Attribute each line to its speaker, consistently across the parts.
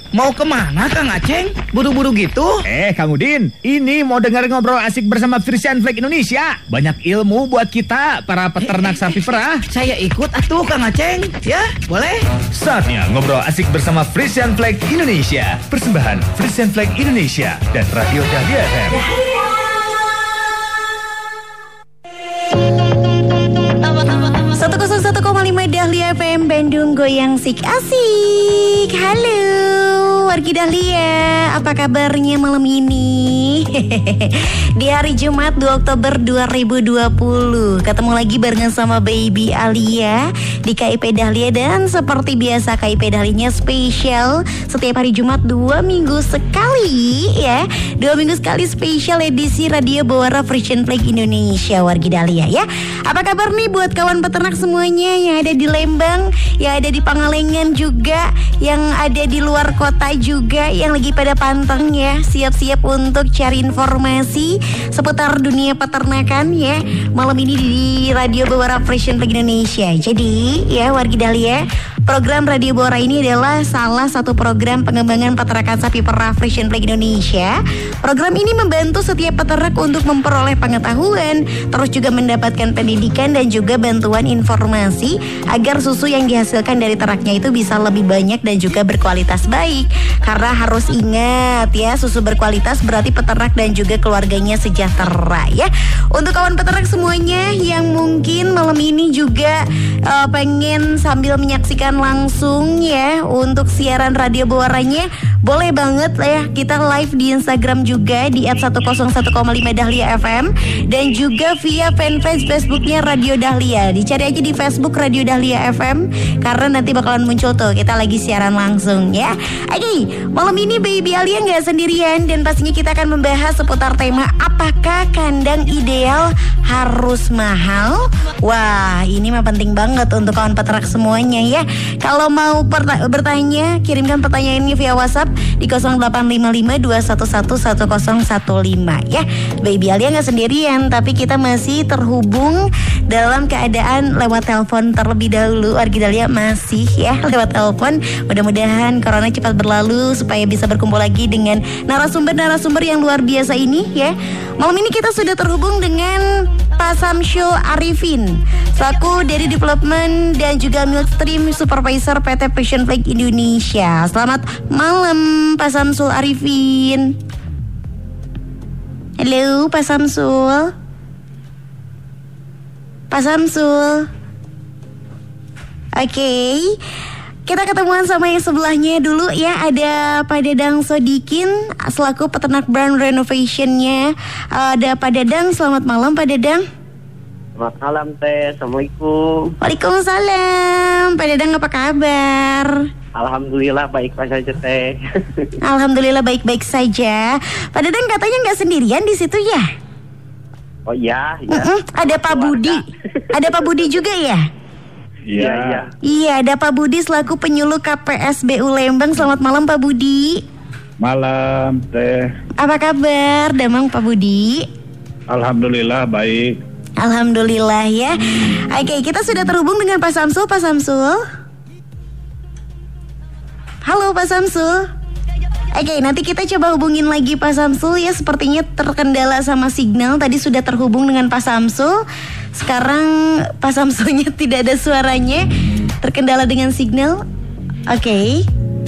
Speaker 1: Mau kemana Kang Aceng? Buru-buru gitu?
Speaker 2: Kang Udin, ini mau dengar ngobrol asik bersama Frisian Flag Indonesia. Banyak ilmu buat kita, para peternak sapi perah.
Speaker 1: Saya ikut atuh Kang Aceng. Ya, boleh?
Speaker 2: Saatnya ngobrol asik bersama Frisian Flag Indonesia. Persembahan Frisian Flag Indonesia dan Radio Dahlia FM.
Speaker 3: 101,5 Dahlia FM Bandung, goyang sik asik. Halo wargi Dahlia, apa kabarnya malam ini? Di hari Jumat 2 Oktober 2020 ketemu lagi barengan sama Baby Alia di KIP Dahlia. Dan seperti biasa KIP Dahlianya spesial setiap hari Jumat 2 minggu sekali ya. 2 minggu sekali spesial edisi Radio Bawara Frisian Flag Indonesia wargi Dahlia ya. Apa kabar nih buat kawan peternak semuanya yang ada di Lembang, yang ada di Pangalengan juga, yang ada di luar kota juga, yang lagi pada panteng ya, siap-siap untuk cari informasi seputar dunia peternakan ya. Malam ini di Radio Bawara Frisian Flag Indonesia. Jadi ya wargi Dahlia, program Radio Bawara ini adalah salah satu program pengembangan peternakan sapi perah Frisian Flag Indonesia. Program ini membantu setiap peternak untuk memperoleh pengetahuan, terus juga mendapatkan pendidikan dan juga bantuan informasi agar susu yang dihasilkan dari ternaknya itu bisa lebih banyak dan juga berkualitas baik. Karena harus ingat ya, susu berkualitas berarti peternak dan juga keluarganya sejahtera ya. Untuk kawan peternak semuanya yang mungkin malam ini juga pengen sambil menyaksikan langsung ya untuk siaran Radio Bawaranya, boleh banget ya, kita live di Instagram juga di @101,5 Dahlia FM dan juga via fanpage Facebooknya Radio Dahlia. Dicari aja di Facebook Radio Dahlia FM karena nanti bakalan muncul tuh kita lagi siaran langsung ya. Oke, malam ini Baby Alia nggak sendirian dan pastinya kita akan membahas seputar tema apakah kandang ideal harus mahal? Wah, ini mah penting banget untuk kawan peternak semuanya ya. Kalau mau bertanya, kirimkan pertanyaannya via WhatsApp di 085521111015 ya. Baby Alia nggak sendirian, tapi kita masih terhubung dalam keadaan lewat telepon terlebih dahulu. Wargi Dahlia masih ya lewat telepon. Mudah-mudahan corona cepat berlalu supaya bisa berkumpul lagi dengan narasumber-narasumber yang luar biasa ini ya. Malam ini kita sudah terhubung dengan Pak Samsul Arifin selaku dari Development dan juga Milkstream Supervisor PT Frisian Flag Indonesia. Selamat malam Pak Samsul Arifin. Halo Pak Samsul. Pak Samsul. Oke, kita ketemuan sama yang sebelahnya dulu ya. Ada Pak Dadang Sodikin selaku peternak brand renovationnya. Ada Pak Dadang, selamat malam Pak Dadang.
Speaker 4: Selamat malam Teh, Assalamualaikum.
Speaker 3: Waalaikumsalam. Pak Dadang apa kabar?
Speaker 4: Alhamdulillah baik-baik saja Teh.
Speaker 3: Alhamdulillah baik-baik saja. Pak Dadang katanya nggak sendirian di situ ya?
Speaker 4: Oh iya.
Speaker 3: Ada Pak Budi. Ada Pak Budi juga ya?
Speaker 4: Iya.
Speaker 3: Iya, ada Pak Budi selaku penyuluh KPSBU Lembang. Selamat malam Pak Budi.
Speaker 5: Malam Teh.
Speaker 3: Apa kabar Damang Pak Budi?
Speaker 5: Alhamdulillah baik.
Speaker 3: Alhamdulillah ya. Oke, kita sudah terhubung dengan Pak Samsul. Pak Samsul. Halo Pak Samsul. Oke, nanti kita coba hubungin lagi Pak Samsul ya. Sepertinya terkendala sama signal. Tadi sudah terhubung dengan Pak Samsul. Sekarang Pak Samsulnya tidak ada suaranya. Terkendala dengan signal. Oke.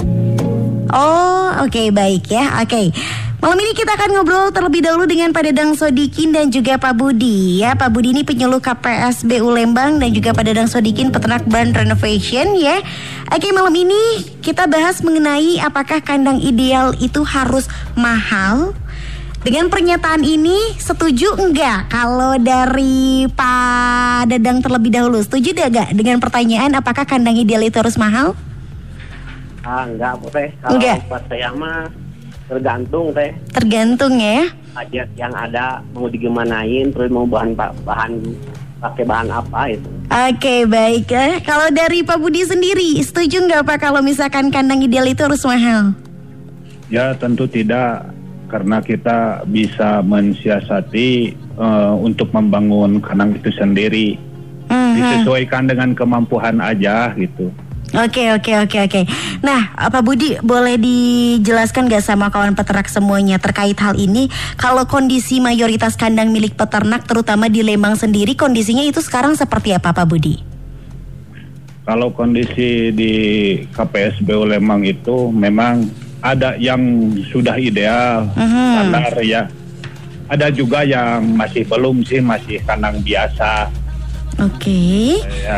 Speaker 3: Oh, oke, baik ya. Oke. Malam ini kita akan ngobrol terlebih dahulu dengan Pak Dadang Sodikin dan juga Pak Budi ya. Pak Budi ini penyuluh KPSBU Lembang dan juga Pak Dadang Sodikin peternak brand renovation ya. Oke, malam ini kita bahas mengenai apakah kandang ideal itu harus mahal. Dengan pernyataan ini setuju enggak kalau dari Pak Dadang terlebih dahulu? Setuju enggak dengan pertanyaan apakah kandang ideal itu harus mahal?
Speaker 4: Enggak Teh. Kalau buat saya mah tergantung Teh.
Speaker 3: Tergantung ya.
Speaker 4: Aja yang ada mau digimanain, terus mau bahan pakai bahan apa itu.
Speaker 3: Oke, baik ya. Kalau dari Pak Budi sendiri, setuju nggak Pak kalau misalkan kandang ideal itu harus mahal?
Speaker 5: Ya tentu tidak, karena kita bisa mensiasati untuk membangun kandang itu sendiri. Disesuaikan dengan kemampuan aja gitu.
Speaker 3: Oke. Nah, Pak Budi, boleh dijelaskan gak sama kawan peternak semuanya terkait hal ini? Kalau kondisi mayoritas kandang milik peternak, terutama di Lembang sendiri, kondisinya itu sekarang seperti apa, Pak Budi?
Speaker 5: Kalau kondisi di KPSBU Lembang itu memang ada yang sudah ideal, standar ya. Ada juga yang masih belum sih, masih kandang biasa.
Speaker 3: Oke.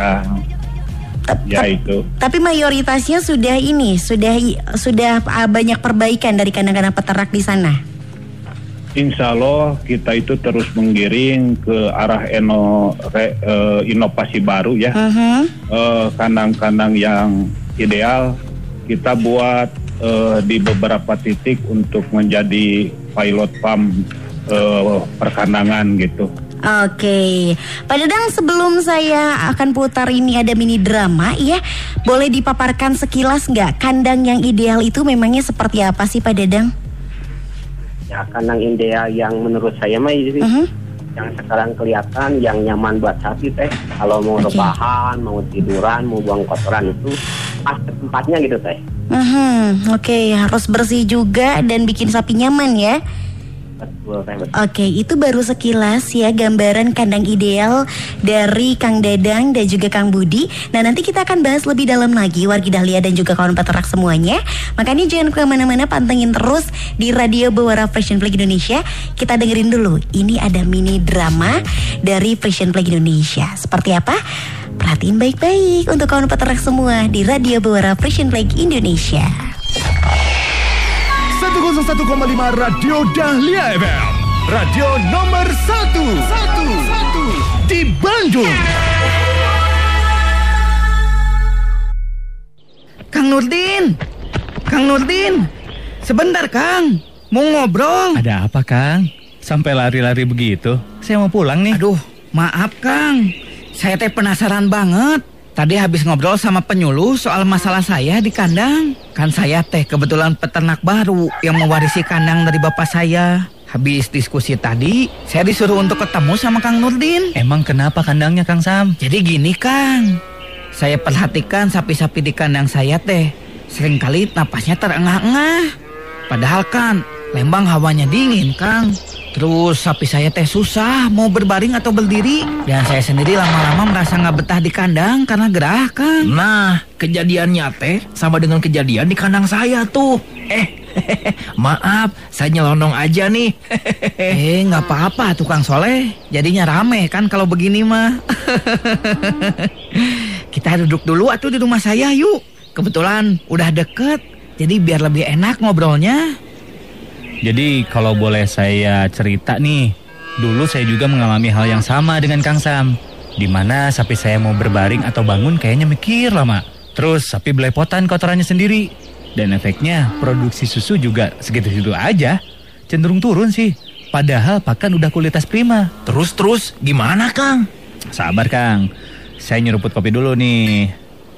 Speaker 5: Ya itu.
Speaker 3: Tapi mayoritasnya sudah banyak perbaikan dari kandang-kandang peternak di sana.
Speaker 5: Insya Allah kita itu terus menggiring ke arah inovasi baru ya. Kandang-kandang yang ideal kita buat di beberapa titik untuk menjadi pilot farm perkandangan gitu.
Speaker 3: Oke, Pak Dadang, sebelum saya akan putar ini ada mini drama ya, boleh dipaparkan sekilas nggak kandang yang ideal itu memangnya seperti apa sih Pak Dadang?
Speaker 4: Ya, kandang ideal yang menurut saya mah ini yang sekarang kelihatan yang nyaman buat sapi teh. Kalau mau rebahan, mau tiduran, mau buang kotoran itu pas ke tempatnya gitu teh.
Speaker 3: Oke, harus bersih juga dan bikin sapi nyaman ya.
Speaker 4: Betul.
Speaker 3: Oke, itu baru sekilas ya gambaran kandang ideal dari Kang Dadang dan juga Kang Budi. Nah, nanti kita akan bahas lebih dalam lagi Wargi Dahlia dan juga kawan peternak semuanya. Makanya jangan kemana-mana, pantengin terus di Radio Bawara Frisian Flag Indonesia. Kita dengerin dulu, ini ada mini drama dari Frisian Flag Indonesia. Seperti apa? Perhatiin baik-baik untuk kawan peternak semua di Radio Bawara Frisian Flag Indonesia.
Speaker 2: 101,5 Radio Dahlia FM, radio nomor 1 di Bandung.
Speaker 1: Kang Nurdin, sebentar Kang, mau ngobrol.
Speaker 2: Ada apa Kang? Sampai lari-lari begitu? Saya mau pulang nih.
Speaker 1: Aduh, maaf Kang, saya teh penasaran banget. Tadi habis ngobrol sama penyuluh soal masalah saya di kandang. Kan saya teh kebetulan peternak baru yang mewarisi kandang dari bapak saya. Habis diskusi tadi, saya disuruh untuk ketemu sama Kang Nurdin.
Speaker 2: Emang kenapa kandangnya Kang Sam?
Speaker 1: Jadi gini Kang, saya perhatikan sapi-sapi di kandang saya teh seringkali napasnya terengah-engah. Padahal kan Lembang hawanya dingin Kang. Terus sapi saya teh susah mau berbaring atau berdiri. Dan saya sendiri lama-lama merasa gak betah di kandang karena gerah Kang.
Speaker 6: Nah, kejadiannya teh sama dengan kejadian di kandang saya tuh. Maaf, saya nyelonong aja nih.
Speaker 1: Gak apa-apa tukang Soleh. Jadinya rame kan kalau begini mah. Kita duduk dulu atuh di rumah saya yuk. Kebetulan udah deket, jadi biar lebih enak ngobrolnya.
Speaker 2: Jadi kalau boleh saya cerita nih, dulu saya juga mengalami hal yang sama dengan Kang Sam. Dimana sapi saya mau berbaring atau bangun kayaknya mikir lama. Terus sapi belepotan kotorannya sendiri. Dan efeknya produksi susu juga segitu-segitu aja. Cenderung turun sih. Padahal pakan udah kualitas prima.
Speaker 6: Terus gimana Kang?
Speaker 2: Sabar Kang, saya nyeruput kopi dulu nih.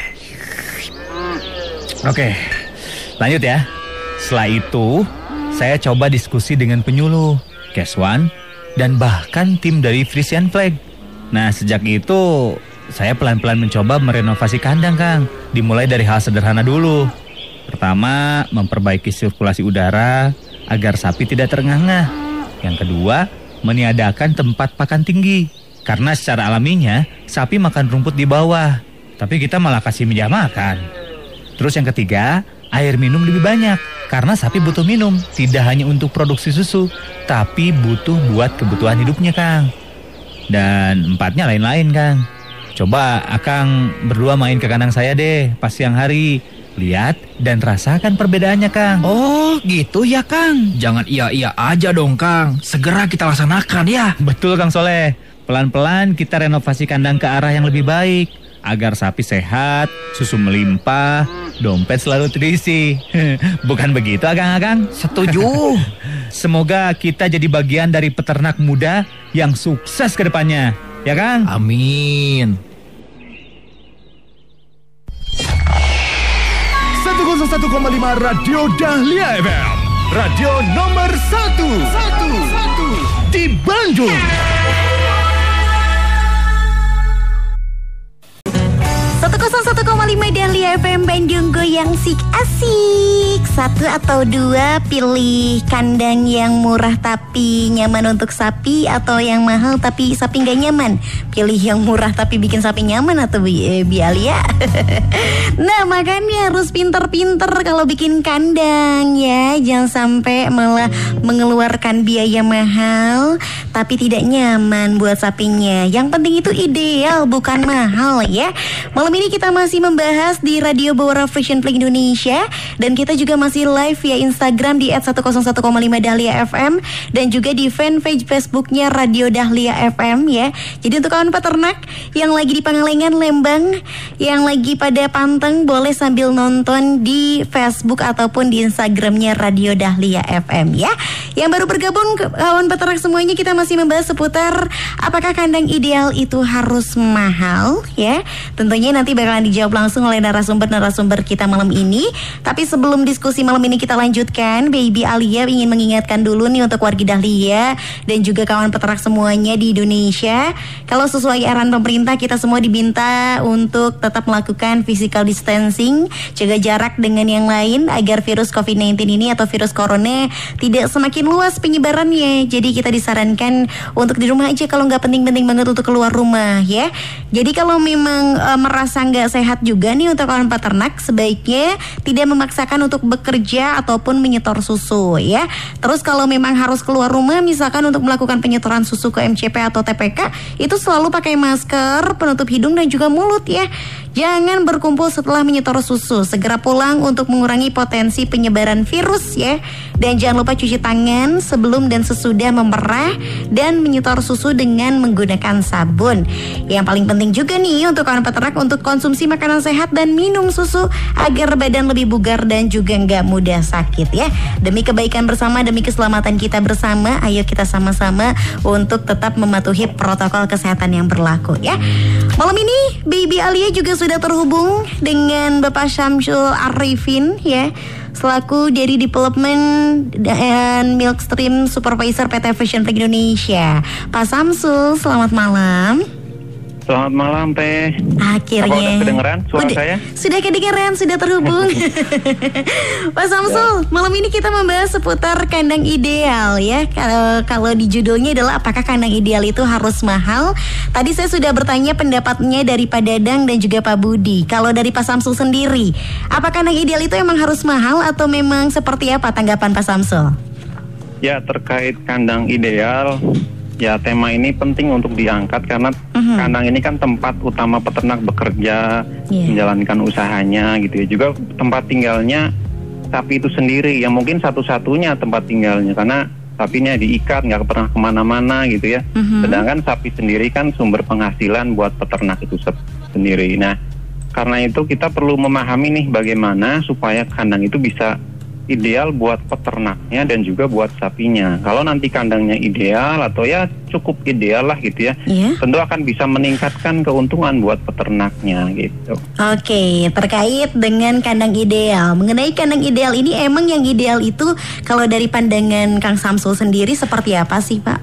Speaker 2: Oke, lanjut ya. Setelah itu saya coba diskusi dengan penyuluh, Keswan, dan bahkan tim dari Frisian Flag. Nah, sejak itu saya pelan-pelan mencoba merenovasi kandang, Kang. Dimulai dari hal sederhana dulu. Pertama, memperbaiki sirkulasi udara agar sapi tidak terengah-engah. Yang kedua, meniadakan tempat pakan tinggi. Karena secara alaminya, sapi makan rumput di bawah. Tapi kita malah kasih meja makan. Terus yang ketiga, air minum lebih banyak. Karena sapi butuh minum, tidak hanya untuk produksi susu, tapi butuh buat kebutuhan hidupnya, Kang. Dan empatnya lain-lain, Kang. Coba Akang berdua main ke kandang saya deh pas siang hari. Lihat dan rasakan perbedaannya, Kang.
Speaker 1: Oh, gitu ya, Kang.
Speaker 6: Jangan iya-iya aja dong, Kang. Segera kita laksanakan ya.
Speaker 2: Betul, Kang Soleh. Pelan-pelan kita renovasi kandang ke arah yang lebih baik. Agar sapi sehat, susu melimpah, dompet selalu terisi. Bukan begitu, Akang-akang?
Speaker 1: Setuju.
Speaker 2: Semoga kita jadi bagian dari peternak muda yang sukses ke depannya. Ya, Kang?
Speaker 6: Amin.
Speaker 2: 101,5 Radio Dahlia FM, radio nomor 1 di Bandung.
Speaker 3: 101,5 Dahlia FM Bandung Goyang Sik Asik. 1 atau 2, pilih kandang yang murah tapi nyaman untuk sapi, atau yang mahal tapi sapi gak nyaman? Pilih yang murah tapi bikin sapi nyaman atau Bi Alia? Nah makanya harus pinter-pinter kalau bikin kandang ya. Jangan sampai malah mengeluarkan biaya mahal tapi tidak nyaman buat sapinya. Yang penting itu ideal, bukan mahal ya. Malam ini kita masih membahas di Radio Bawara Frisian Flag Indonesia, dan kita juga masih live via Instagram di @101,5 Dahlia FM, dan juga di fanpage Facebooknya Radio Dahlia FM ya. Jadi untuk kawan peternak yang lagi di Pangalengan, Lembang, yang lagi pada panteng, boleh sambil nonton di Facebook ataupun di Instagramnya Radio Dahlia FM ya. Yang baru bergabung, kawan peternak semuanya, kita masih membahas seputar apakah kandang ideal itu harus mahal ya. Tentunya nanti bakalan dijawab langsung oleh narasumber kita malam ini. Tapi sebelum diskusi malam ini kita lanjutkan, Baby Alia ingin mengingatkan dulu nih untuk wargi Dahlia dan juga kawan peternak semuanya di Indonesia. Kalau sesuai arahan pemerintah, kita semua diminta untuk tetap melakukan physical distancing, jaga jarak dengan yang lain agar virus COVID-19 ini atau virus corona tidak semakin luas penyebarannya. Jadi kita disarankan untuk di rumah aja kalau nggak penting-penting banget untuk keluar rumah ya. Jadi kalau memang merasa nggak sehat juga nih untuk kawan peternak, sebaiknya tidak memaksakan untuk bekerja ataupun menyetor susu ya. Terus kalau memang harus keluar rumah, misalkan untuk melakukan penyetoran susu ke MCP atau TPK, itu selalu pakai masker, penutup hidung dan juga mulut ya. Jangan berkumpul setelah menyetor susu. Segera pulang untuk mengurangi potensi penyebaran virus ya. Dan jangan lupa cuci tangan sebelum dan sesudah memerah dan menyetor susu dengan menggunakan sabun. Yang paling penting juga nih untuk kawan peternak untuk konsumsi makanan sehat dan minum susu agar badan lebih bugar dan juga nggak mudah sakit ya. Demi kebaikan bersama, demi keselamatan kita bersama, ayo kita sama-sama untuk tetap mematuhi protokol kesehatan yang berlaku ya. Malam ini Baby Alia juga sudah terhubung dengan Bapak Syamsul Arifin ya, selaku dari Development dan Milkstream Supervisor PT Frisian Flag Indonesia. Pak Samsul, selamat malam.
Speaker 5: Selamat malam Teh.
Speaker 3: Akhirnya.
Speaker 5: Apa udah kedengeran suara saya?
Speaker 3: Sudah kedengeran, sudah terhubung. Pak Samsul, malam ini kita membahas seputar kandang ideal ya. Kalau di judulnya adalah apakah kandang ideal itu harus mahal? Tadi saya sudah bertanya pendapatnya dari Pak Dadang dan juga Pak Budi. Kalau dari Pak Samsul sendiri, apa kandang ideal itu emang harus mahal atau memang seperti apa tanggapan Pak Samsul?
Speaker 5: Ya, terkait kandang ideal, ya tema ini penting untuk diangkat karena kandang ini kan tempat utama peternak bekerja, menjalankan usahanya gitu ya. Juga tempat tinggalnya sapi itu sendiri, yang mungkin satu-satunya tempat tinggalnya karena sapinya diikat, nggak pernah kemana-mana gitu ya. Sedangkan sapi sendiri kan sumber penghasilan buat peternak itu sendiri. Nah, karena itu kita perlu memahami nih bagaimana supaya kandang itu bisa ideal buat peternaknya dan juga buat sapinya. Kalau nanti kandangnya ideal atau ya cukup ideal lah gitu ya, tentu akan bisa meningkatkan keuntungan buat peternaknya gitu.
Speaker 3: Oke, terkait dengan kandang ideal, mengenai kandang ideal ini, emang yang ideal itu kalau dari pandangan Kang Samsul sendiri seperti apa sih Pak?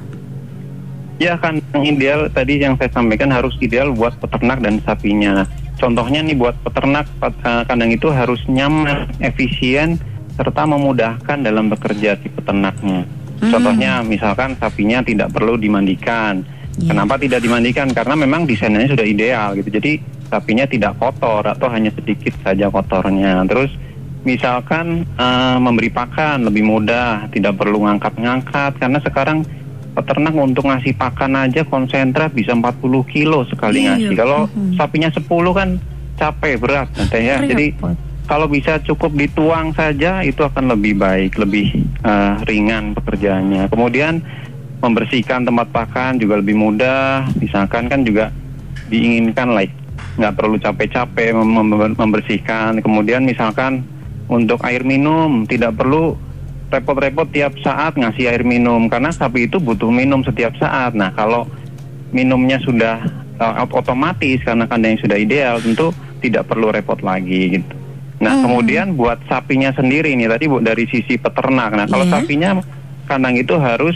Speaker 5: Ya, kandang ideal tadi yang saya sampaikan harus ideal buat peternak dan sapinya. Contohnya nih buat peternak, kandang itu harus nyaman, efisien, serta memudahkan dalam bekerja si peternaknya. Contohnya misalkan sapinya tidak perlu dimandikan. Kenapa tidak dimandikan? Karena memang desainnya sudah ideal gitu. Jadi sapinya tidak kotor atau hanya sedikit saja kotornya. Terus misalkan memberi pakan lebih mudah, tidak perlu ngangkat-ngangkat. Karena sekarang peternak untuk ngasih pakan aja konsentrat bisa 40 kilo sekali ngasih. Kalau sapinya 10 kan capek, berat nanti ya. Jadi kalau bisa cukup dituang saja itu akan lebih baik, lebih ringan pekerjaannya. Kemudian membersihkan tempat pakan juga lebih mudah. Misalkan kan juga diinginkan lah, nggak perlu capek-capek membersihkan. Kemudian misalkan untuk air minum tidak perlu repot-repot tiap saat ngasih air minum karena sapi itu butuh minum setiap saat. Nah kalau minumnya sudah otomatis karena kandangnya sudah ideal, tentu tidak perlu repot lagi gitu. Nah kemudian buat sapinya sendiri nih tadi dari sisi peternak. Nah kalau sapinya kandang itu harus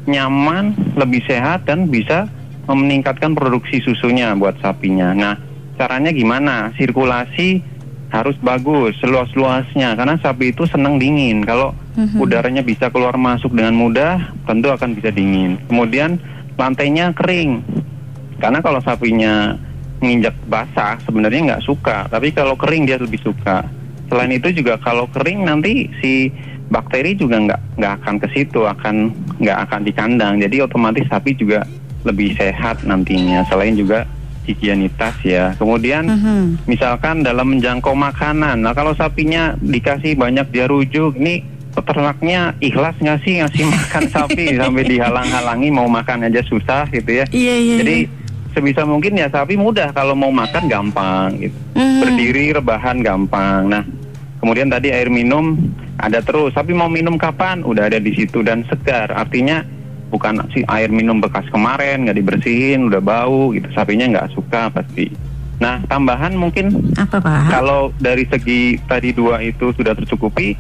Speaker 5: nyaman, lebih sehat dan bisa meningkatkan produksi susunya buat sapinya. Nah
Speaker 7: caranya gimana? Sirkulasi harus bagus, seluas-luasnya, karena sapi itu senang dingin. Kalau udaranya bisa keluar masuk dengan mudah, tentu akan bisa dingin. Kemudian lantainya kering, karena kalau sapinya menginjak basah sebenarnya nggak suka, tapi kalau kering dia lebih suka. Selain itu juga kalau kering nanti si bakteri juga nggak akan ke situ, nggak akan di kandang. Jadi otomatis sapi juga lebih sehat nantinya. Selain juga higienitas ya. Kemudian misalkan dalam menjangkau makanan. Nah kalau sapinya dikasih banyak dia rujuk, ini peternaknya ikhlas ngasih makan sapi sampai dihalang-halangi mau makan aja susah gitu ya. Jadi sebisa mungkin ya sapi mudah, kalau mau makan gampang gitu. Berdiri rebahan gampang. Nah kemudian tadi air minum ada terus. Sapi mau minum kapan? Udah ada di situ dan segar. Artinya bukan si air minum bekas kemarin nggak dibersihin udah bau gitu, sapinya nggak suka pasti. Nah tambahan mungkin
Speaker 3: apa Pak?
Speaker 7: Kalau dari segi tadi 2 itu sudah tercukupi,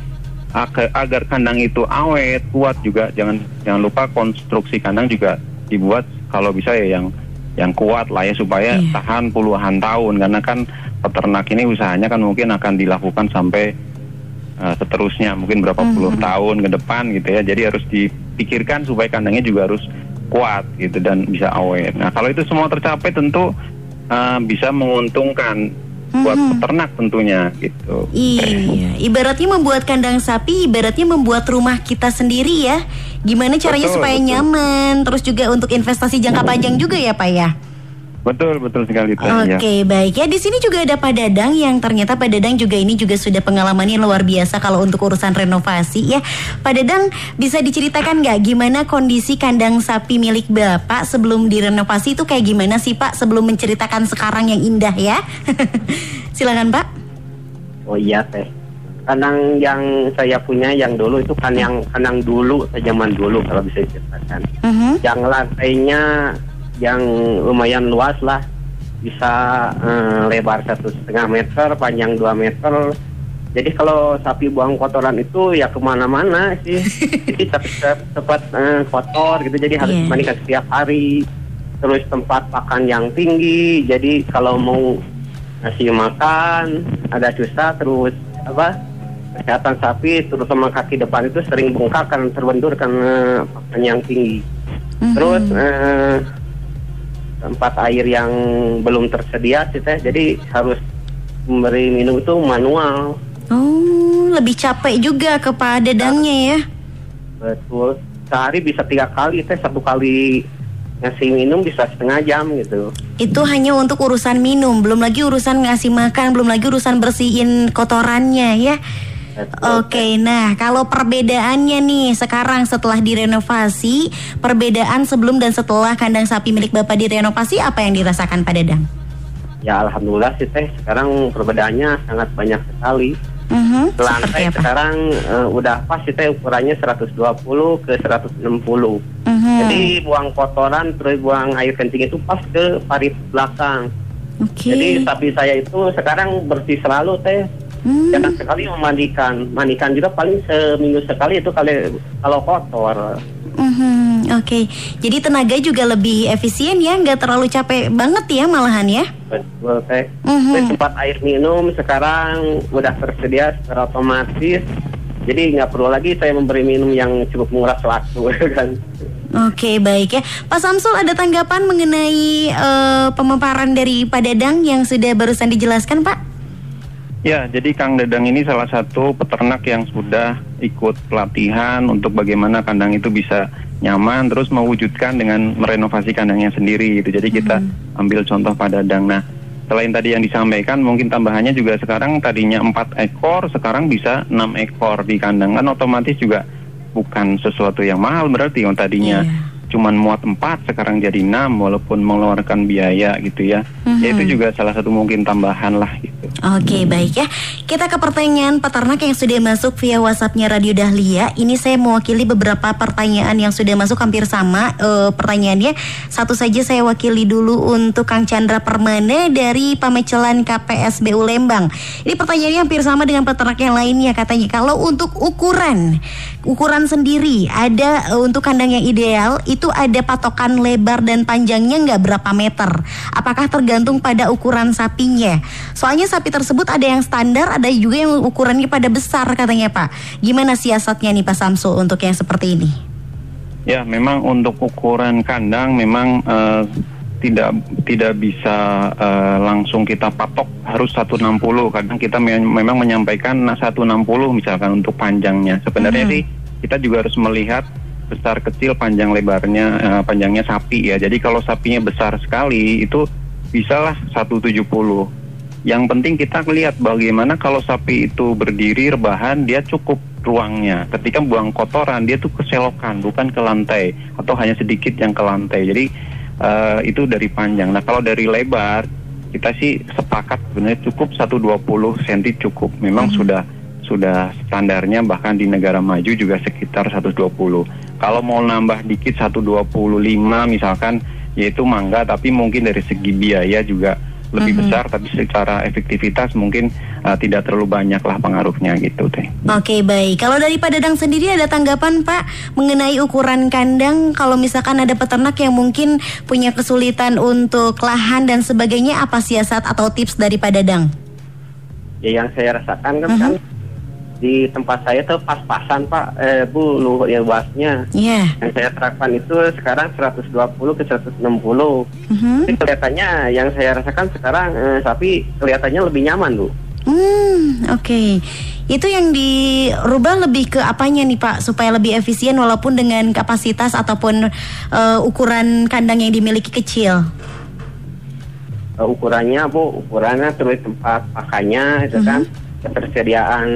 Speaker 7: agar kandang itu awet kuat juga jangan lupa konstruksi kandang juga dibuat kalau bisa ya yang kuat lah ya, supaya tahan puluhan tahun, karena kan peternak ini usahanya kan mungkin akan dilakukan sampai seterusnya mungkin berapa puluh tahun ke depan gitu ya. Jadi harus dipikirkan supaya kandangnya juga harus kuat gitu dan bisa awet. Nah kalau itu semua tercapai tentu bisa menguntungkan buat peternak tentunya gitu.
Speaker 3: Iya, ibaratnya membuat kandang sapi, ibaratnya membuat rumah kita sendiri ya. Gimana caranya supaya nyaman, terus juga untuk investasi jangka panjang juga ya Pak ya.
Speaker 7: Betul sekali.
Speaker 3: Oke, baik ya. Di sini juga ada Pak Dadang yang ternyata Pak Dadang juga ini juga sudah pengalamannya luar biasa kalau untuk urusan renovasi ya. Pak Dadang bisa diceritakan nggak gimana kondisi kandang sapi milik Bapak sebelum direnovasi itu kayak gimana sih Pak, sebelum menceritakan sekarang yang indah ya? Silakan Pak.
Speaker 4: Oh iya Teh. Kandang yang saya punya yang dulu itu kan yang kandang dulu, zaman dulu kalau bisa diceritakan. Yang lantainya yang lumayan luas lah, bisa lebar 1,5 meter, panjang 2 meter. Jadi kalau sapi buang kotoran itu ya kemana-mana sih. Jadi tempat kotor gitu, jadi harus mandikan setiap hari. Terus tempat pakan yang tinggi, jadi kalau mau ngasih makan ada susah. Terus kesehatan sapi terutama kaki depan itu sering bengkak karena terbentur karena pakan yang tinggi. Terus tempat air yang belum tersedia sih Teh, jadi harus memberi minum itu manual.
Speaker 3: Oh, lebih capek juga ke Pak Dadangnya ya.
Speaker 4: Betul, sehari bisa 3 kali Teh, 1 kali ngasih minum bisa setengah jam gitu.
Speaker 3: Itu hanya untuk urusan minum, belum lagi urusan ngasih makan, belum lagi urusan bersihin kotorannya ya. Oke, nah kalau perbedaannya nih sekarang setelah direnovasi, perbedaan sebelum dan setelah kandang sapi milik Bapak direnovasi, apa yang dirasakan Pak Dadang?
Speaker 4: Ya alhamdulillah sih Teh, sekarang perbedaannya sangat banyak sekali. Lantai sekarang udah pas sih Teh, ukurannya 120 ke 160. Jadi buang kotoran terus buang air kencing itu pas ke parit belakang. Jadi sapi saya itu sekarang bersih selalu Teh. Jangan sekali mandikan juga paling seminggu sekali itu kalau kotor.
Speaker 3: Oke. Jadi tenaga juga lebih efisien ya, nggak terlalu capek banget ya malahan ya.
Speaker 4: Betul Teh. Tempat air minum sekarang udah tersedia secara otomatis. Jadi nggak perlu lagi saya memberi minum yang cukup menguras waktu kan.
Speaker 3: Oke, baik ya. Pak Samsul, ada tanggapan mengenai pemaparan dari Pak Dadang yang sudah barusan dijelaskan Pak?
Speaker 7: Ya, jadi Kang Dadang ini salah satu peternak yang sudah ikut pelatihan untuk bagaimana kandang itu bisa nyaman, terus mewujudkan dengan merenovasi kandangnya sendiri gitu. Jadi kita ambil contoh Pak Dadang. Nah, selain tadi yang disampaikan, mungkin tambahannya juga sekarang tadinya 4 ekor, sekarang bisa 6 ekor di kandang. Kan otomatis juga bukan sesuatu yang mahal berarti yang tadinya cuman muat 4 sekarang jadi 6 walaupun mengeluarkan biaya gitu ya. Ya itu juga salah satu mungkin tambahan lah gitu.
Speaker 3: Oke, baik ya. Kita ke pertanyaan peternak yang sudah masuk via WhatsApp-nya Radio Dahlia. Ini saya mewakili beberapa pertanyaan yang sudah masuk hampir sama pertanyaannya. Satu saja saya wakili dulu untuk Kang Chandra Permana dari Pamecelan KPSBU Lembang. Ini pertanyaannya hampir sama dengan peternak yang lainnya katanya. Kalau untuk ukuran sendiri ada untuk kandang yang ideal itu ada patokan lebar dan panjangnya nggak berapa meter? Apakah tergantung pada ukuran sapinya? Soalnya sapi tersebut ada yang standar, ada juga yang ukurannya pada besar katanya Pak. Gimana siasatnya nih Pak Samsul untuk yang seperti ini?
Speaker 7: Ya, memang untuk ukuran kandang memang tidak bisa langsung kita patok harus 160. Kadang kita memang menyampaikan 160 misalkan untuk panjangnya. Sebenarnya sih kita juga harus melihat besar kecil panjang lebarnya panjangnya sapi ya. Jadi kalau sapinya besar sekali itu bisalah 170. Yang penting kita lihat bagaimana kalau sapi itu berdiri rebahan dia cukup ruangnya. Ketika buang kotoran dia tuh ke selokan bukan ke lantai atau hanya sedikit yang ke lantai. Jadi itu dari panjang. Nah kalau dari lebar kita sih sepakat sebenarnya cukup 120 cm cukup. Memang sudah standarnya bahkan di negara maju juga sekitar 120. Kalau mau nambah dikit 125 misalkan yaitu mangga, tapi mungkin dari segi biaya juga lebih besar, tapi secara efektivitas mungkin tidak terlalu banyak lah pengaruhnya gitu teh.
Speaker 3: Oke, baik. Kalau dari Pak Dadang sendiri ada tanggapan Pak mengenai ukuran kandang? Kalau misalkan ada peternak yang mungkin punya kesulitan untuk lahan dan sebagainya, apa siasat atau tips dari Pak Dadang?
Speaker 4: Ya yang saya rasakan kan di tempat saya tuh pas-pasan Pak, Bu, luasnya.
Speaker 3: Iya.
Speaker 4: Yang saya terapkan itu sekarang 120 ke 160. Jadi kelihatannya yang saya rasakan sekarang sapi kelihatannya lebih nyaman, Bu.
Speaker 3: Oke. Itu yang dirubah lebih ke apanya nih Pak supaya lebih efisien walaupun dengan kapasitas ataupun ukuran kandang yang dimiliki kecil?
Speaker 4: Ukurannya terus tempat pakannya itu kan, ketersediaan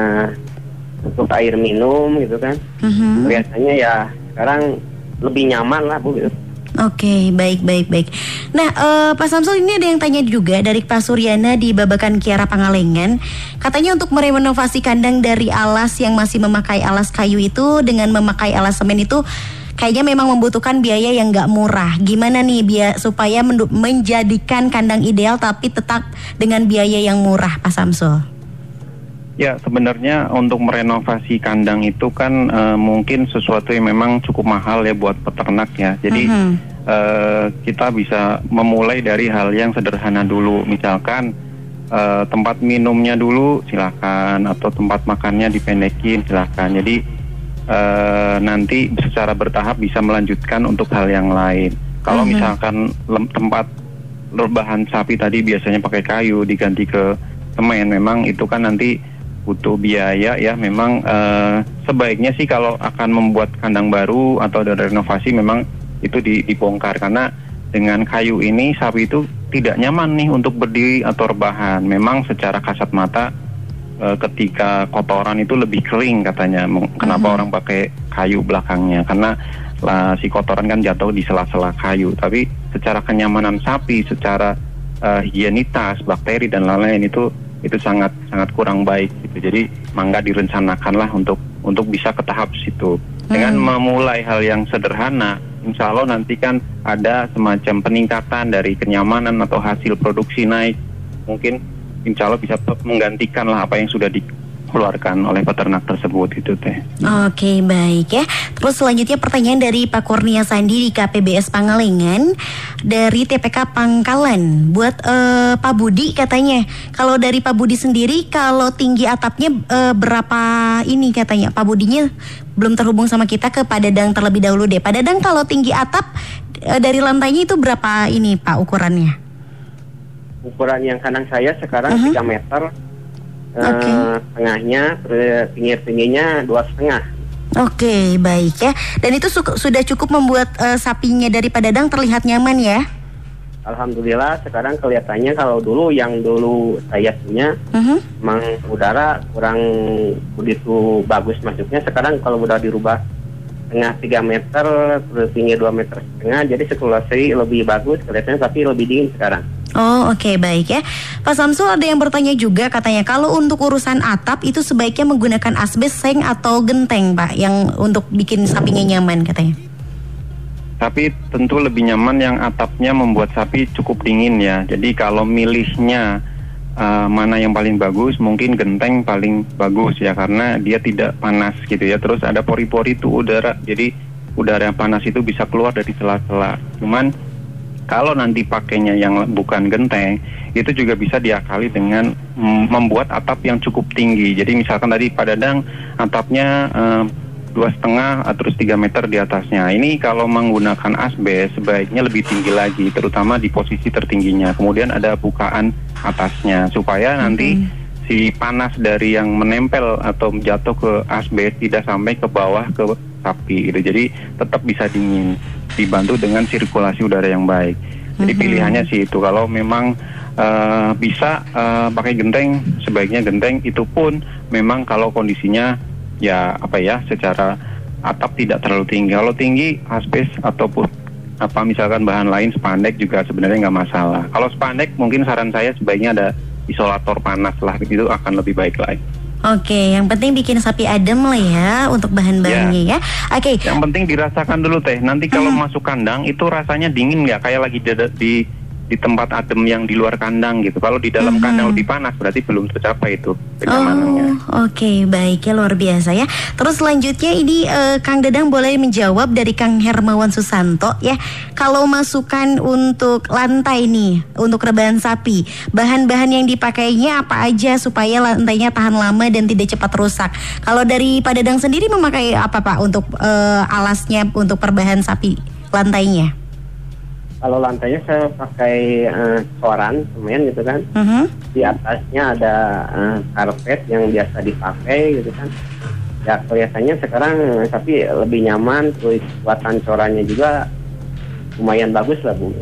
Speaker 4: untuk air minum gitu kan. Kelihatannya ya sekarang lebih nyaman lah Bu gitu.
Speaker 3: Oke, baik. Nah, Pak Samsul, ini ada yang tanya juga dari Pak Suryana di Babakan Kiara Pangalengan. Katanya untuk merenovasi kandang dari alas yang masih memakai alas kayu itu dengan memakai alas semen itu kayaknya memang membutuhkan biaya yang nggak murah. Gimana nih supaya menjadikan kandang ideal tapi tetap dengan biaya yang murah, Pak Samsul?
Speaker 7: Ya, sebenarnya untuk merenovasi kandang itu kan mungkin sesuatu yang memang cukup mahal ya buat peternak ya. Jadi kita bisa memulai dari hal yang sederhana dulu. Misalkan tempat minumnya dulu silakan, atau tempat makannya dipendekin silakan. Jadi nanti secara bertahap bisa melanjutkan untuk hal yang lain. Kalau misalkan tempat rebahan sapi tadi biasanya pakai kayu diganti ke semen, memang itu kan nanti butuh biaya ya. Memang sebaiknya sih kalau akan membuat kandang baru atau ada renovasi memang itu dibongkar, karena dengan kayu ini sapi itu tidak nyaman nih untuk berdiri atau rebahan. Memang secara kasat mata ketika kotoran itu lebih kering katanya. Kenapa orang pakai kayu belakangnya? Karena si kotoran kan jatuh di sela-sela kayu. Tapi secara kenyamanan sapi, secara higienitas, bakteri dan lain-lain itu sangat kurang baik gitu. Jadi mangga direncanakanlah untuk bisa ke tahap situ. Dengan memulai hal yang sederhana, insya Allah nanti kan ada semacam peningkatan dari kenyamanan atau hasil produksi naik. Mungkin insya Allah bisa menggantikan lah apa yang sudah dikeluarkan oleh peternak tersebut itu teh.
Speaker 3: Oke, baik ya. Terus selanjutnya pertanyaan dari Pak Kurnia Sandi di KPBS Pangalengan dari TPK Pangkalan. Buat Pak Budi katanya, kalau dari Pak Budi sendiri kalau tinggi atapnya berapa ini katanya. Pak Budinya belum terhubung sama kita, ke Pak Dadang terlebih dahulu deh. Pak Dadang, kalau tinggi atap dari lantainya itu berapa ini Pak ukurannya?
Speaker 4: Ukuran yang kandang saya sekarang 3 meter. Tengahnya, tingginya 2,5.
Speaker 3: Oke, baik ya. Dan itu sudah cukup membuat sapinya dari Pak Dadang terlihat nyaman ya?
Speaker 4: Alhamdulillah sekarang kelihatannya, kalau dulu saya punya memang udara kurang begitu bagus masuknya. Sekarang kalau udah dirubah setengah 3 meter, terus tinggi 2 meter setengah, jadi sirkulasi lebih bagus kelihatannya, tapi lebih dingin sekarang.
Speaker 3: Oh oke, baik ya Pak Samsul. Ada yang bertanya juga katanya kalau untuk urusan atap itu sebaiknya menggunakan asbes, seng atau genteng Pak, yang untuk bikin sapinya nyaman katanya.
Speaker 7: Tapi tentu lebih nyaman yang atapnya membuat sapi cukup dingin ya. Jadi kalau milihnya mana yang paling bagus, mungkin genteng paling bagus ya, karena dia tidak panas gitu ya. Terus ada pori-pori itu udara, jadi udara yang panas itu bisa keluar dari celah-celah. Cuman kalau nanti pakainya yang bukan genteng, itu juga bisa diakali dengan membuat atap yang cukup tinggi. Jadi misalkan tadi Pak Dadang atapnya 2,5 terus 3 meter di atasnya. Ini kalau menggunakan asbes sebaiknya lebih tinggi lagi, terutama di posisi tertingginya. Kemudian ada bukaan atasnya supaya nanti si panas dari yang menempel atau jatuh ke asbes tidak sampai ke bawah ke sapi gitu. Jadi tetap bisa dingin, dibantu dengan sirkulasi udara yang baik. Jadi pilihannya sih itu. Kalau memang bisa pakai genteng, sebaiknya genteng. Itu pun memang kalau kondisinya ya secara atap tidak terlalu tinggi. Kalau tinggi asbes ataupun misalkan bahan lain spandek juga sebenarnya nggak masalah. Kalau spandek mungkin saran saya sebaiknya ada isolator panas lah, itu akan lebih baik lagi.
Speaker 3: Oke, yang penting bikin sapi adem lah ya untuk bahan-bahannya ya. Oke.
Speaker 7: Yang penting dirasakan dulu Teh. Nanti kalau masuk kandang itu rasanya dingin nggak? Kayak lagi di tempat adem yang di luar kandang gitu. Kalau di dalam kandang lebih panas berarti belum tercapai itu kenyamanannya.
Speaker 3: Oke, baik ya, luar biasa ya. Terus selanjutnya ini Kang Dadang boleh menjawab dari Kang Hermawan Susanto ya. Kalau masukan untuk lantai nih, untuk rebahan sapi, bahan-bahan yang dipakainya apa aja supaya lantainya tahan lama dan tidak cepat rusak? Kalau dari Pak Dadang sendiri memakai apa Pak untuk alasnya untuk perbahan sapi lantainya?
Speaker 4: Kalau lantainya saya pakai koran, semen gitu kan. Di atasnya ada karpet yang biasa dipakai gitu kan. Ya kelihatannya sekarang tapi lebih nyaman, terus buatan corannya juga lumayan bagus lah Bu.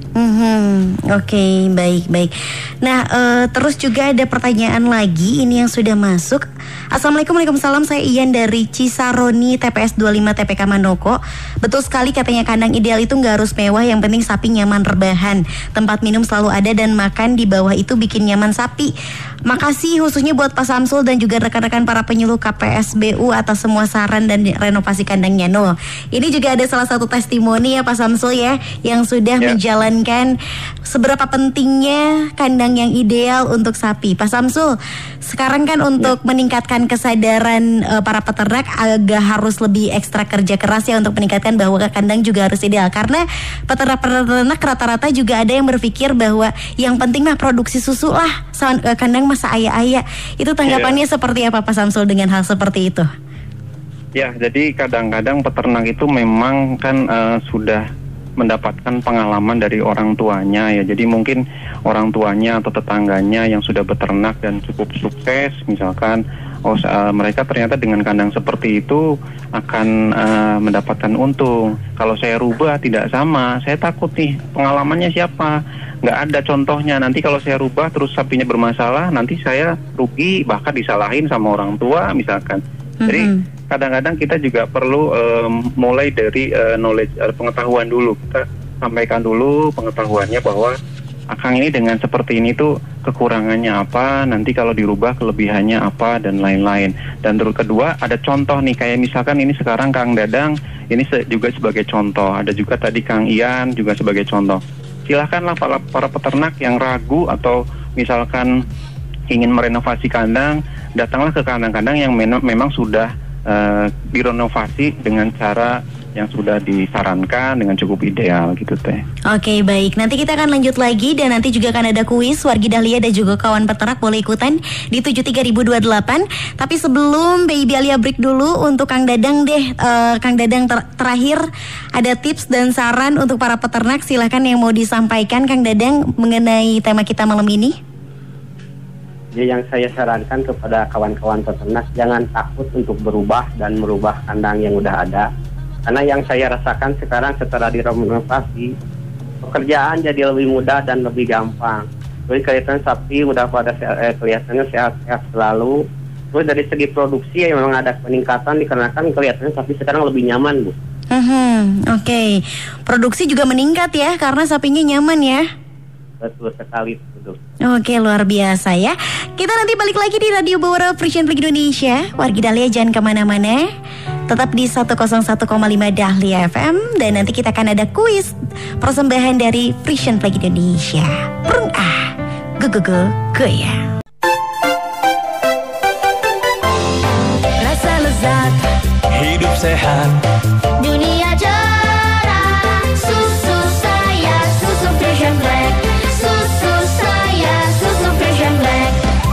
Speaker 3: Oke, baik. Nah, terus juga ada pertanyaan lagi ini yang sudah masuk. Assalamualaikum, waalaikumsalam. Saya Ian dari Cisaroni, TPS 25 TPK Manoko. Betul sekali katanya kandang ideal itu nggak harus mewah, yang penting sapi nyaman rebahan. Tempat minum selalu ada dan makan di bawah itu bikin nyaman sapi. Makasih khususnya buat Pak Samsul dan juga rekan-rekan para penyuluh KPSBU atas semua saran dan renovasi kandangnya. No, ini juga ada salah satu testimoni ya Pak Samsul ya, yang sudah menjalankan seberapa pentingnya kandang yang ideal untuk sapi. Pak Samsul, sekarang kan untuk meningkatkan kesadaran para peternak agak harus lebih ekstra kerja keras ya untuk meningkatkan bahwa kandang juga harus ideal. Karena peternak rata-rata juga ada yang berpikir bahwa yang penting mah produksi susu lah, kandang masa ayah-ayah. Itu tanggapannya seperti apa Pak Samsul dengan hal seperti itu?
Speaker 7: Ya, jadi kadang-kadang peternak itu memang kan sudah mendapatkan pengalaman dari orang tuanya ya. Jadi mungkin orang tuanya atau tetangganya yang sudah beternak dan cukup sukses, misalkan mereka ternyata dengan kandang seperti itu akan mendapatkan untung. Kalau saya rubah tidak sama, saya takut nih pengalamannya siapa? Nggak ada contohnya. Nanti kalau saya rubah terus sapinya bermasalah, nanti saya rugi, bahkan disalahin sama orang tua misalkan. Jadi kadang-kadang kita juga perlu mulai dari knowledge, pengetahuan dulu. Kita sampaikan dulu pengetahuannya bahwa Akang ini dengan seperti ini tuh kekurangannya apa, nanti kalau dirubah kelebihannya apa dan lain-lain. Dan terus kedua ada contoh nih, kayak misalkan ini sekarang Kang Dadang ini juga sebagai contoh. Ada juga tadi Kang Ian juga sebagai contoh. Silahkanlah para peternak yang ragu atau misalkan ingin merenovasi kandang, datanglah ke kandang-kandang yang memang sudah direnovasi dengan cara yang sudah disarankan dengan cukup ideal gitu Teh.
Speaker 3: Oke, baik. Nanti kita akan lanjut lagi dan nanti juga akan ada kuis Wargi Dahlia dan juga kawan peternak boleh ikutan di 73028. Tapi sebelum Baby Alia break dulu untuk Kang Dadang deh. Kang Dadang terakhir ada tips dan saran untuk para peternak, silahkan yang mau disampaikan Kang Dadang mengenai tema kita malam ini.
Speaker 4: Jadi yang saya sarankan kepada kawan-kawan peternak, jangan takut untuk berubah dan merubah kandang yang udah ada. Karena yang saya rasakan sekarang setelah direnovasi, pekerjaan jadi lebih mudah dan lebih gampang. Jadi kelihatan sapi udah pada kelihatannya sehat-sehat selalu. Terus dari segi produksi ya memang ada peningkatan dikarenakan kelihatannya sapi sekarang lebih nyaman, Bu.
Speaker 3: Oke. Produksi juga meningkat ya karena sapinya nyaman ya.
Speaker 4: Betul sekali, betul.
Speaker 3: Oke, luar biasa ya. Kita nanti balik lagi di Radio Bawara Frisian Flag Indonesia. Wargi Dahlia jangan kemana-mana. Tetap di 101,5 Dahlia FM. Dan nanti kita akan ada kuis persembahan dari Frisian Flag Indonesia. Prung goyang.
Speaker 8: Rasa lezat,
Speaker 9: hidup sehat,
Speaker 8: dunia cerah. Susu saya, susu Frisian Flag. Susu saya, susu Frisian Flag.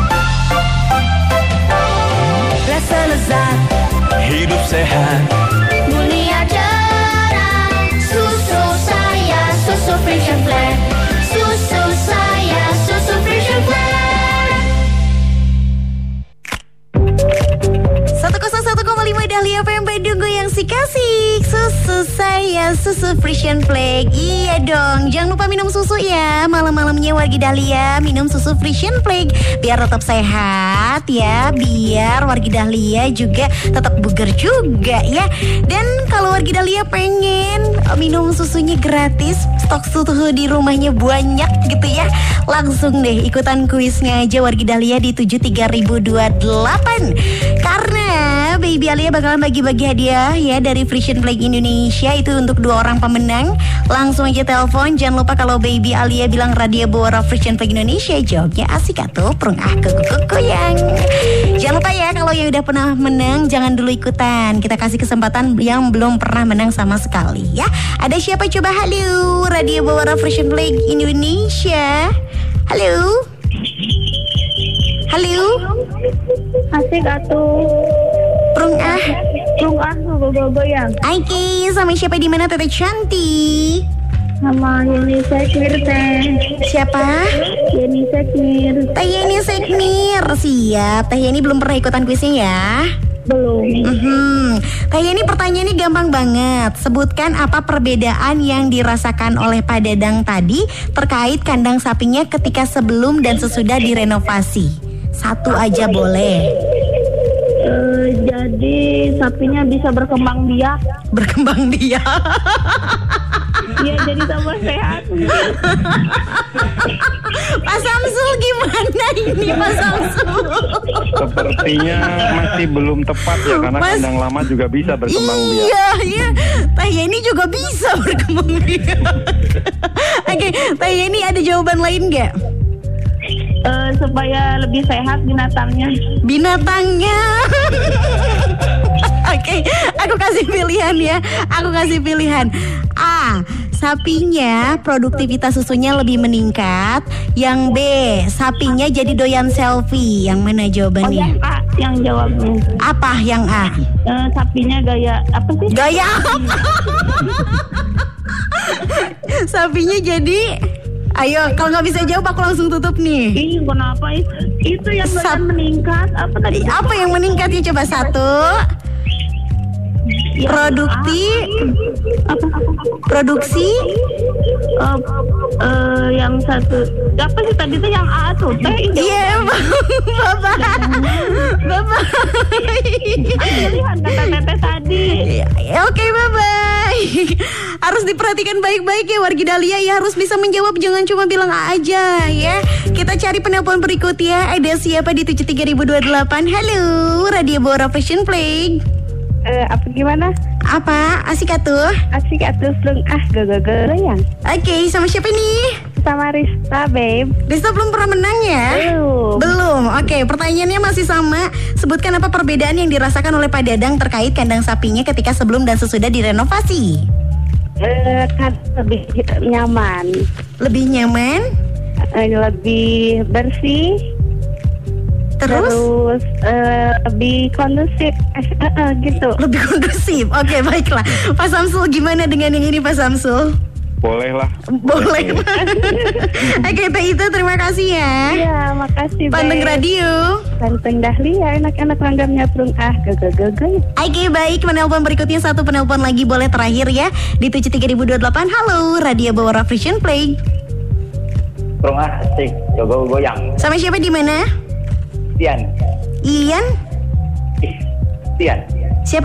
Speaker 8: Rasa lezat,
Speaker 9: hidup sehat,
Speaker 8: dunia cerah. Susu saya, susu Frisian Flag. Susu saya, susu Frisian Flag.
Speaker 3: 101,5 Dahlia FM Bandung goyang si kasih. Susu saya, susu Frisian Flag. Iya dong, jangan lupa minum susu ya. Malam-malamnya wargi Dahlia minum susu Frisian Flag biar tetap sehat ya. Biar wargi Dahlia juga tetap bugar juga ya. Dan kalau wargi Dahlia pengen minum susunya gratis, stok susu di rumahnya banyak gitu ya, langsung deh ikutan kuisnya aja wargi Dahlia di 73028. Karena Baby Alia bakalan bagi-bagi hadiah ya dari Frisian Flag Indonesia. Itu untuk 2 orang pemenang. Langsung aja telepon. Jangan lupa kalau Baby Alia bilang Radio Bawara Frisian Flag Indonesia, jawabnya asik atau prung goyang. Jangan lupa ya, kalau yang udah pernah menang jangan dulu ikutan. Kita kasih kesempatan yang belum pernah menang sama sekali ya. Ada siapa coba? Halo Radio Bawara Frisian Flag Indonesia. Halo. Halo.
Speaker 10: Asik atuh.
Speaker 3: Prung
Speaker 10: goyang.
Speaker 3: Oke, sama siapa di mana Tete cantik?
Speaker 10: Sama Yeni Sekmir teh.
Speaker 3: Siapa?
Speaker 10: Yeni Sekmir.
Speaker 3: Teh Yeni Sekmir. Siap. Teh Yeni belum pernah ikutan kuisnya ya?
Speaker 10: Belum.
Speaker 3: Teh Yeni pertanyaannya gampang banget. Sebutkan apa perbedaan yang dirasakan oleh Pak Dadang tadi terkait kandang sapinya ketika sebelum dan sesudah direnovasi. Satu aja boleh.
Speaker 10: Jadi sapinya bisa berkembang biak.
Speaker 3: Berkembang biak.
Speaker 10: Iya, jadi tambah sehat.
Speaker 3: Pak Samsul gimana ini Pak Samsul?
Speaker 7: Sepertinya masih belum tepat ya, karena kandang lama juga bisa berkembang biak.
Speaker 3: Iya. Teh Yeni juga bisa berkembang biak. Oke, Teh Yeni ada jawaban lain nggak?
Speaker 10: Supaya lebih sehat binatangnya.
Speaker 3: Oke, aku kasih pilihan ya. A, sapinya produktivitas susunya lebih meningkat. Yang B, sapinya jadi doyan selfie. Yang mana jawabannya?
Speaker 10: Yang A, yang jawabnya.
Speaker 3: Apa yang A?
Speaker 10: Sapinya gaya apa sih?
Speaker 3: Gaya apa? Sapinya jadi. Ayo, kalau nggak bisa jawab aku langsung tutup nih.
Speaker 10: Ih, kenapa itu yang meningkat? Apa tadi?
Speaker 3: Apa yang meningkat ya, coba? 1, produksi.
Speaker 10: Yang 1 apa sih tadi tuh yang A tuh?
Speaker 3: Iya, Bapak.
Speaker 10: Pilihan kata Teteh tadi.
Speaker 3: Oke, bye-bye. Harus diperhatikan baik-baik ya wargi Dahlia ya, harus bisa menjawab, jangan cuma bilang A aja ya. Kita cari penelpon berikut ya. Ada siapa di 73028? Halo, Radio Bawara Frisian Flag.
Speaker 10: Apa gimana?
Speaker 3: Apa? Asik atuh
Speaker 10: Prung goyang.
Speaker 3: Oke, sama siapa nih?
Speaker 10: Sama Rista, babe.
Speaker 3: Rista belum pernah menang ya? Belum. Oke, pertanyaannya masih sama. Sebutkan apa perbedaan yang dirasakan oleh Pak Dadang terkait kandang sapinya ketika sebelum dan sesudah direnovasi?
Speaker 10: Kan lebih nyaman.
Speaker 3: Lebih nyaman?
Speaker 10: Lebih bersih.
Speaker 3: Terus
Speaker 10: lebih kondusif gitu.
Speaker 3: Lebih kondusif. Oke, baiklah. Pak Samsul gimana dengan yang ini Pak Samsul?
Speaker 7: Boleh lah.
Speaker 3: Boleh. Oke, Teh itu terima kasih ya.
Speaker 10: Iya, makasih.
Speaker 3: Panteng radio.
Speaker 10: Panteng Dahlia, enak-enak langgamnya Prung goyang.
Speaker 3: Oke, baik. Penelpon berikutnya satu penelpon lagi boleh terakhir ya di 73028. Halo, Radio Bawara Frisian Flag.
Speaker 11: Prung asik, goyang.
Speaker 3: Sama siapa di mana?
Speaker 11: Ian. Tian.
Speaker 3: Siapa?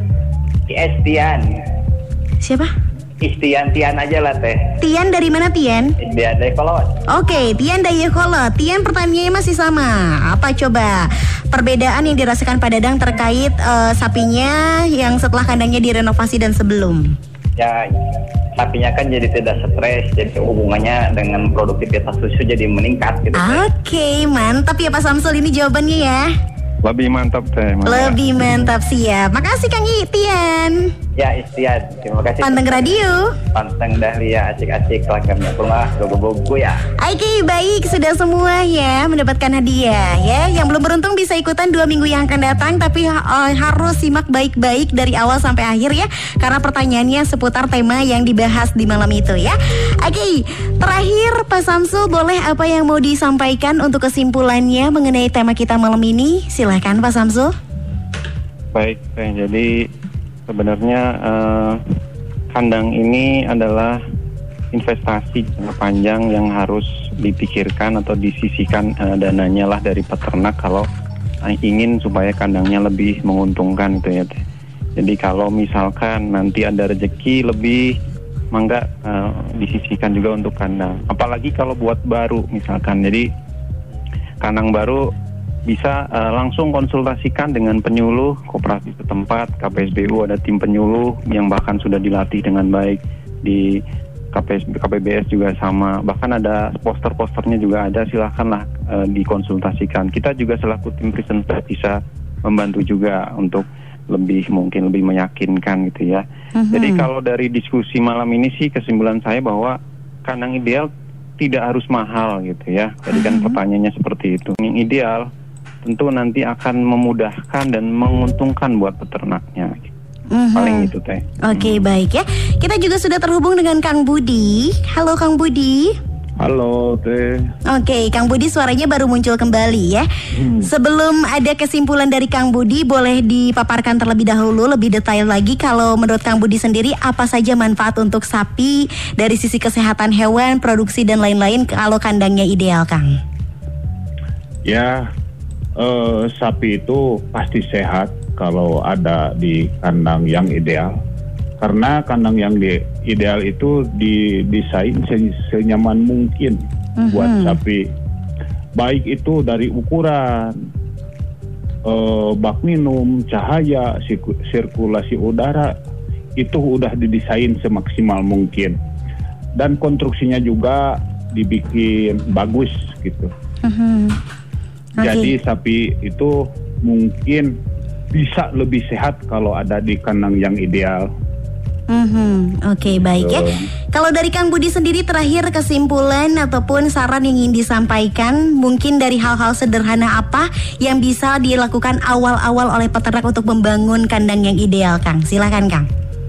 Speaker 11: Tian.
Speaker 3: Siapa?
Speaker 11: Tian aja lah teh.
Speaker 3: Tian dari mana Tian?
Speaker 11: Dari Kolot.
Speaker 3: Oke, Tian dari Kolot. Tian, pertanyaannya masih sama. Apa coba perbedaan yang dirasakan Pak Dadang terkait sapinya yang setelah kandangnya direnovasi dan sebelum?
Speaker 11: Ya, sapinya kan jadi tidak stres, jadi hubungannya dengan produktivitas susu jadi meningkat gitu.
Speaker 3: Oke, mantap ya Pak Samsul, ini jawabannya ya.
Speaker 7: Lebih mantap teh.
Speaker 3: Lebih mantap, siap. Makasih Kang Tian.
Speaker 11: Ya, Istian. Terima kasih.
Speaker 3: Panteng Radio.
Speaker 8: Panteng Dahlia asik-asik lagamnya rumah gogo-gogo ya.
Speaker 3: Oke, baik, sudah semua ya mendapatkan hadiah ya. Yang belum beruntung bisa ikutan 2 minggu yang akan datang, tapi harus simak baik-baik dari awal sampai akhir ya, karena pertanyaannya seputar tema yang dibahas di malam itu ya. Oke, terakhir Pak Samsul, boleh apa yang mau disampaikan untuk kesimpulannya mengenai tema kita malam ini? Silahkan Pak Samsul.
Speaker 7: Baik, jadi sebenarnya kandang ini adalah investasi jangka panjang yang harus dipikirkan atau disisihkan dananya lah dari peternak kalau ingin supaya kandangnya lebih menguntungkan gitu ya. Jadi kalau misalkan nanti ada rezeki lebih, mangga disisihkan juga untuk kandang. Apalagi kalau buat baru misalkan, jadi kandang baru bisa langsung konsultasikan dengan penyuluh koperasi setempat. KPSBU ada tim penyuluh yang bahkan sudah dilatih dengan baik. Di KPBS juga sama, bahkan ada poster-posternya juga ada, silahkanlah dikonsultasikan. Kita juga selaku tim presenter bisa membantu juga untuk mungkin lebih meyakinkan gitu ya. Jadi kalau dari diskusi malam ini sih kesimpulan saya bahwa kandang ideal tidak harus mahal gitu ya. Tadi kan pertanyaannya seperti itu. Yang ideal tentu nanti akan memudahkan dan menguntungkan buat peternaknya. Paling itu teh.
Speaker 3: Oke, baik ya. Kita juga sudah terhubung dengan Kang Budi. Halo Kang Budi.
Speaker 5: Halo teh.
Speaker 3: Oke, Kang Budi suaranya baru muncul kembali ya. Sebelum ada kesimpulan dari Kang Budi, boleh dipaparkan terlebih dahulu lebih detail lagi kalau menurut Kang Budi sendiri apa saja manfaat untuk sapi dari sisi kesehatan hewan, produksi dan lain-lain kalau kandangnya ideal, Kang?
Speaker 5: Ya, sapi itu pasti sehat kalau ada di kandang yang ideal. Karena kandang yang ideal itu didesain senyaman mungkin buat sapi. Baik itu dari ukuran, bak minum, cahaya, sirkulasi udara, itu udah didesain semaksimal mungkin. Dan konstruksinya juga dibikin bagus gitu. Jadi sapi itu mungkin bisa lebih sehat kalau ada di kandang yang ideal.
Speaker 3: Oke, baik ya. Kalau dari Kang Budi sendiri terakhir kesimpulan ataupun saran yang ingin disampaikan, mungkin dari hal-hal sederhana apa yang bisa dilakukan awal-awal oleh peternak untuk membangun kandang yang ideal, Kang? Silakan, Kang.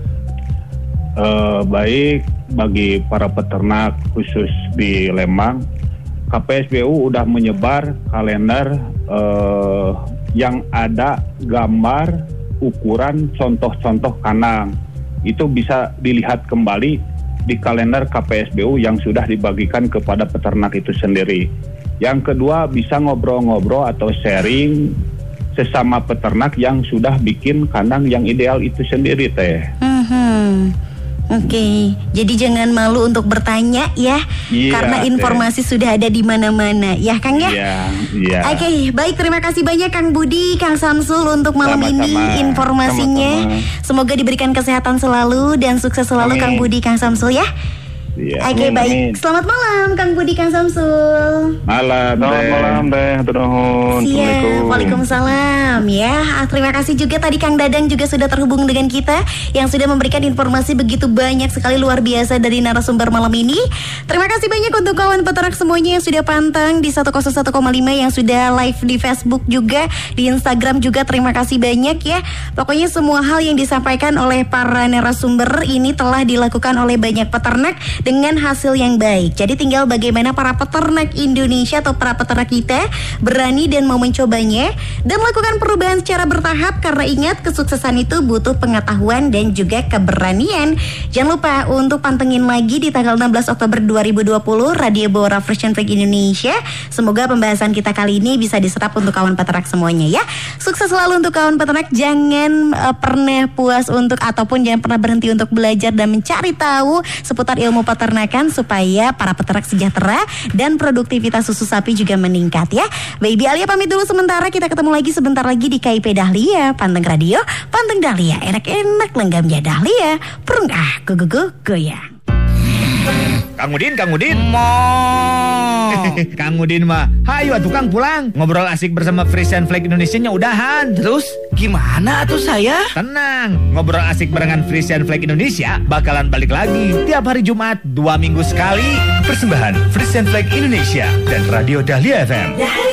Speaker 5: Baik, bagi para peternak khusus di Lembang, KPSBU udah menyebar kalender yang ada gambar ukuran contoh-contoh kandang. Itu bisa dilihat kembali di kalender KPSBU yang sudah dibagikan kepada peternak itu sendiri. Yang kedua, bisa ngobrol-ngobrol atau sharing sesama peternak yang sudah bikin kandang yang ideal itu sendiri teh.
Speaker 3: Oke, jadi jangan malu untuk bertanya ya, karena informasi sudah ada di mana-mana, ya Kang ya.
Speaker 5: Iya.
Speaker 3: Oke, baik, terima kasih banyak Kang Budi, Kang Samsul untuk malam ini informasinya. Semoga diberikan kesehatan selalu dan sukses selalu. Amin. Kang Budi, Kang Samsul ya.
Speaker 5: Iya.
Speaker 3: Oke, baik. Selamat malam Kang Budi, Kang Samsul.
Speaker 5: Selamat
Speaker 7: malam teh.
Speaker 3: Siap. Waalaikumsalam ya. Terima kasih juga tadi Kang Dadang juga sudah terhubung dengan kita yang sudah memberikan informasi begitu banyak sekali luar biasa dari narasumber malam ini. Terima kasih banyak untuk kawan peternak semuanya yang sudah pantang di 101,5, yang sudah live di Facebook juga, di Instagram juga. Terima kasih banyak ya. Pokoknya semua hal yang disampaikan oleh para narasumber ini telah dilakukan oleh banyak peternak dengan hasil yang baik. Jadi tinggal bagaimana para peternak Indonesia atau para peternak kita berani dan mau mencobanya dan melakukan perubahan secara bertahap, karena ingat kesuksesan itu butuh pengetahuan dan juga keberanian. Jangan lupa untuk pantengin lagi di tanggal 16 Oktober 2020 Radio Bora Frisian Flag Indonesia. Semoga pembahasan kita kali ini bisa diserap untuk kawan peternak semuanya ya. Sukses selalu untuk kawan peternak. Jangan pernah puas untuk ataupun jangan pernah berhenti untuk belajar dan mencari tahu seputar ilmu peternakan supaya para peternak sejahtera dan produktivitas susu sapi juga meningkat ya. Baby Alia pamit dulu sementara, kita ketemu lagi sebentar lagi di KIP Dahlia. Panteng radio, panteng Dahlia, enak-enak lenggamnya Dahlia. Prung go goyang.
Speaker 2: Kang Udin. Kang Udin mah, hayu atuh Kang pulang. Ngobrol asik bersama Frisian Flag Indonesia-nya udahan.
Speaker 1: Terus gimana tuh saya?
Speaker 2: Tenang, ngobrol asik barengan Frisian Flag Indonesia bakalan balik lagi tiap hari Jumat 2 minggu sekali. Persembahan Frisian Flag Indonesia dan Radio Dahlia FM.